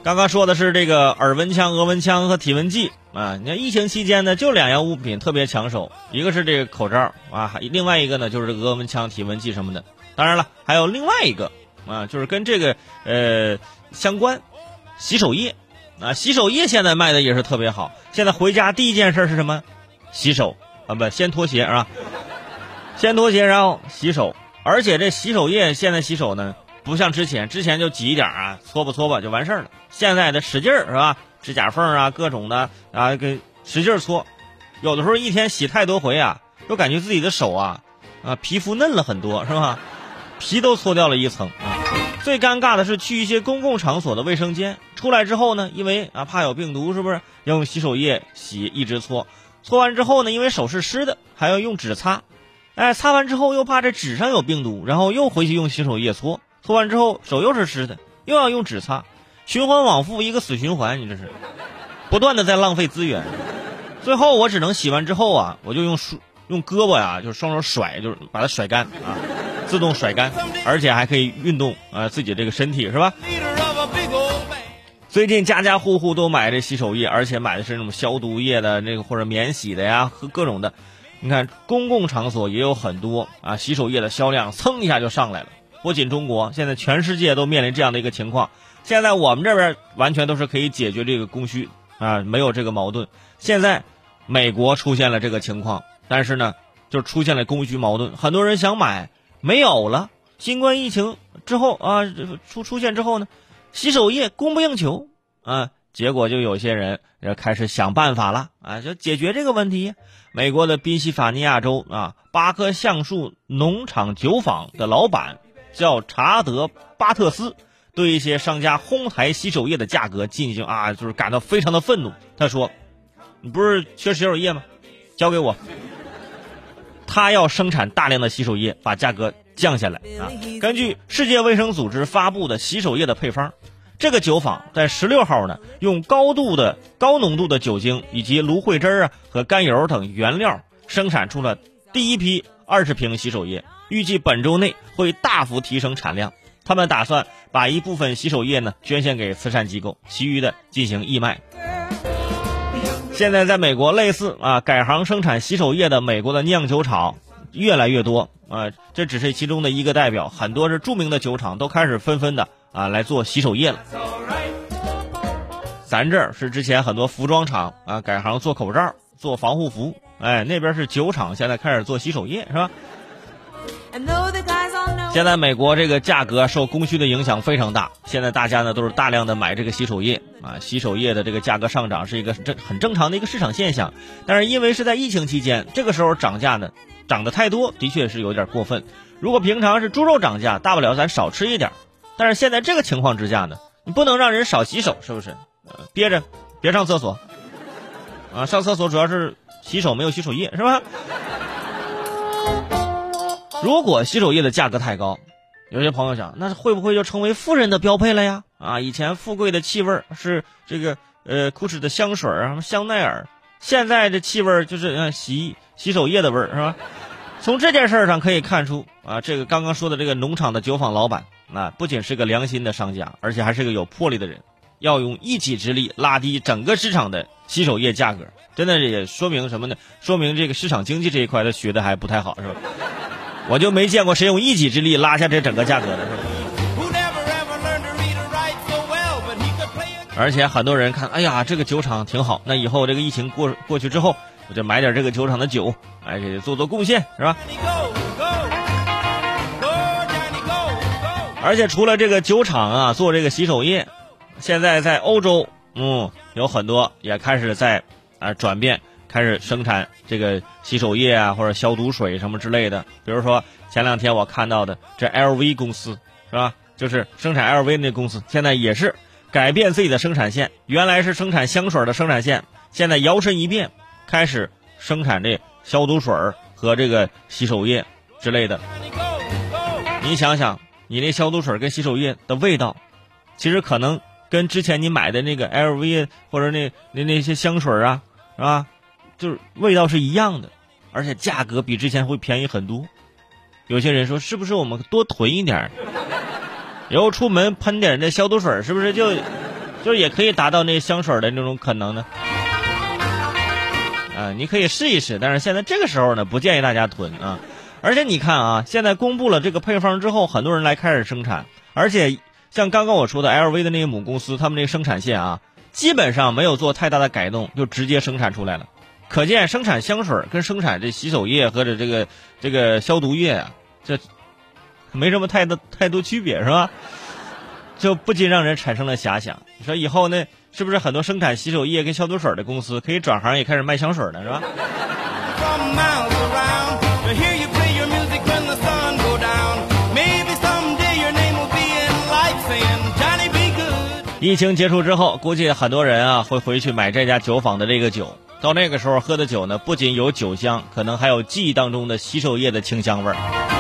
刚刚说的是这个耳温枪、额温枪和体温计啊。你看疫情期间呢，就2样物品特别抢手，一个是这个口罩啊，另外一个呢就是额温枪、体温计什么的。当然了，还有另外一个啊，就是跟这个相关，洗手液啊，洗手液现在卖的也是特别好。现在回家第一件事是什么？洗手啊，不，先脱鞋啊，先脱鞋然后洗手。而且这洗手液现在洗手呢，不像之前就挤一点啊，搓吧就完事儿了。现在的使劲儿是吧？指甲缝啊，各种的啊，给使劲搓。有的时候一天洗太多回啊，都感觉自己的手啊皮肤嫩了很多，是吧？皮都搓掉了一层啊。最尴尬的是去一些公共场所的卫生间，出来之后呢，因为怕有病毒，是不是要用洗手液洗，一直搓完之后呢，因为手是湿的，还要用纸擦。擦完之后又怕这纸上有病毒，然后又回去用洗手液搓完之后手又是湿的，又要用纸擦，循环往复，一个死循环。你这是不断的在浪费资源。最后我只能洗完之后啊，我就用胳膊呀，就是双手甩，就是把它甩干啊，自动甩干，而且还可以运动自己这个身体，是吧？最近家家户户都买这洗手液，而且买的是那种消毒液的那个或者免洗的呀，和各种的。你看公共场所也有很多洗手液的销量蹭一下就上来了。不仅中国，现在全世界都面临这样的一个情况。现在我们这边完全都是可以解决这个供需没有这个矛盾。现在美国出现了这个情况，但是呢就出现了供需矛盾，很多人想买没有了。新冠疫情之后出现之后呢，洗手液供不应求结果就有些人开始想办法了就解决这个问题。美国的宾夕法尼亚州巴克橡树农场酒坊的老板叫查德巴特斯，对一些商家哄抬洗手液的价格进行就是感到非常的愤怒。他说：“你不是缺洗手液吗？交给我。”他要生产大量的洗手液，把价格降下来根据世界卫生组织发布的洗手液的配方，这个酒坊在16号呢，用高浓度的酒精以及芦荟汁和甘油等原料生产出了第一批20瓶洗手液，预计本周内会大幅提升产量。他们打算把一部分洗手液呢捐献给慈善机构，其余的进行义卖。现在在美国，类似改行生产洗手液的美国的酿酒厂越来越多这只是其中的一个代表，很多是著名的酒厂都开始纷纷的来做洗手液了。咱这儿是之前很多服装厂改行做口罩、做防护服，那边是酒厂现在开始做洗手液，是吧？现在美国这个价格受供需的影响非常大，现在大家呢都是大量的买这个洗手液洗手液的这个价格上涨是一个很正常的一个市场现象。但是因为是在疫情期间，这个时候涨价呢涨得太多，的确是有点过分。如果平常是猪肉涨价，大不了咱少吃一点，但是现在这个情况之下呢，你不能让人少洗手，是不是？憋着别上厕所上厕所主要是洗手没有洗手液，是吧？如果洗手液的价格太高，有些朋友想，那会不会就成为富人的标配了呀？以前富贵的气味是这个Gucci的香水香奈儿，现在这气味就是洗手液的味儿，是吧？从这件事上可以看出这个刚刚说的这个农场的酒坊老板不仅是个良心的商家，而且还是个有魄力的人，要用一己之力拉低整个市场的洗手液价格。真的也说明什么呢？说明这个市场经济这一块他学的还不太好，是吧？我就没见过谁用一己之力拉下这整个价格的，是吧？而且很多人看，哎呀，这个酒厂挺好，那以后这个疫情过去之后，我就买点这个酒厂的酒，给做贡献，是吧？而且除了这个酒厂做这个洗手液，现在在欧洲，有很多也开始在转变，开始生产这个洗手液或者消毒水什么之类的。比如说前2天我看到的这 LV 公司，是吧？就是生产 LV 那公司，现在也是改变自己的生产线，原来是生产香水的生产线，现在摇身一变，开始生产这消毒水和这个洗手液之类的。你想想，你那消毒水跟洗手液的味道，其实可能跟之前你买的那个 LV 或者那些香水是吧？就是味道是一样的，而且价格比之前会便宜很多。有些人说，是不是我们多囤一点，以后出门喷点这消毒水，是不是就就是也可以达到那香水的那种可能呢。你可以试一试，但是现在这个时候呢，不建议大家囤啊。而且你看啊，现在公布了这个配方之后，很多人来开始生产，而且像刚刚我说的 LV 的那个母公司，他们那个生产线啊，基本上没有做太大的改动，就直接生产出来了。可见生产香水跟生产这洗手液或者这个消毒液啊，这没什么太多区别，是吧？就不禁让人产生了遐想，你说以后呢，是不是很多生产洗手液跟消毒水的公司可以转行也开始卖香水了，是吧？疫情结束之后，估计很多人啊会回去买这家酒坊的这个酒，到那个时候喝的酒呢，不仅有酒香，可能还有记忆当中的洗手液的清香味儿。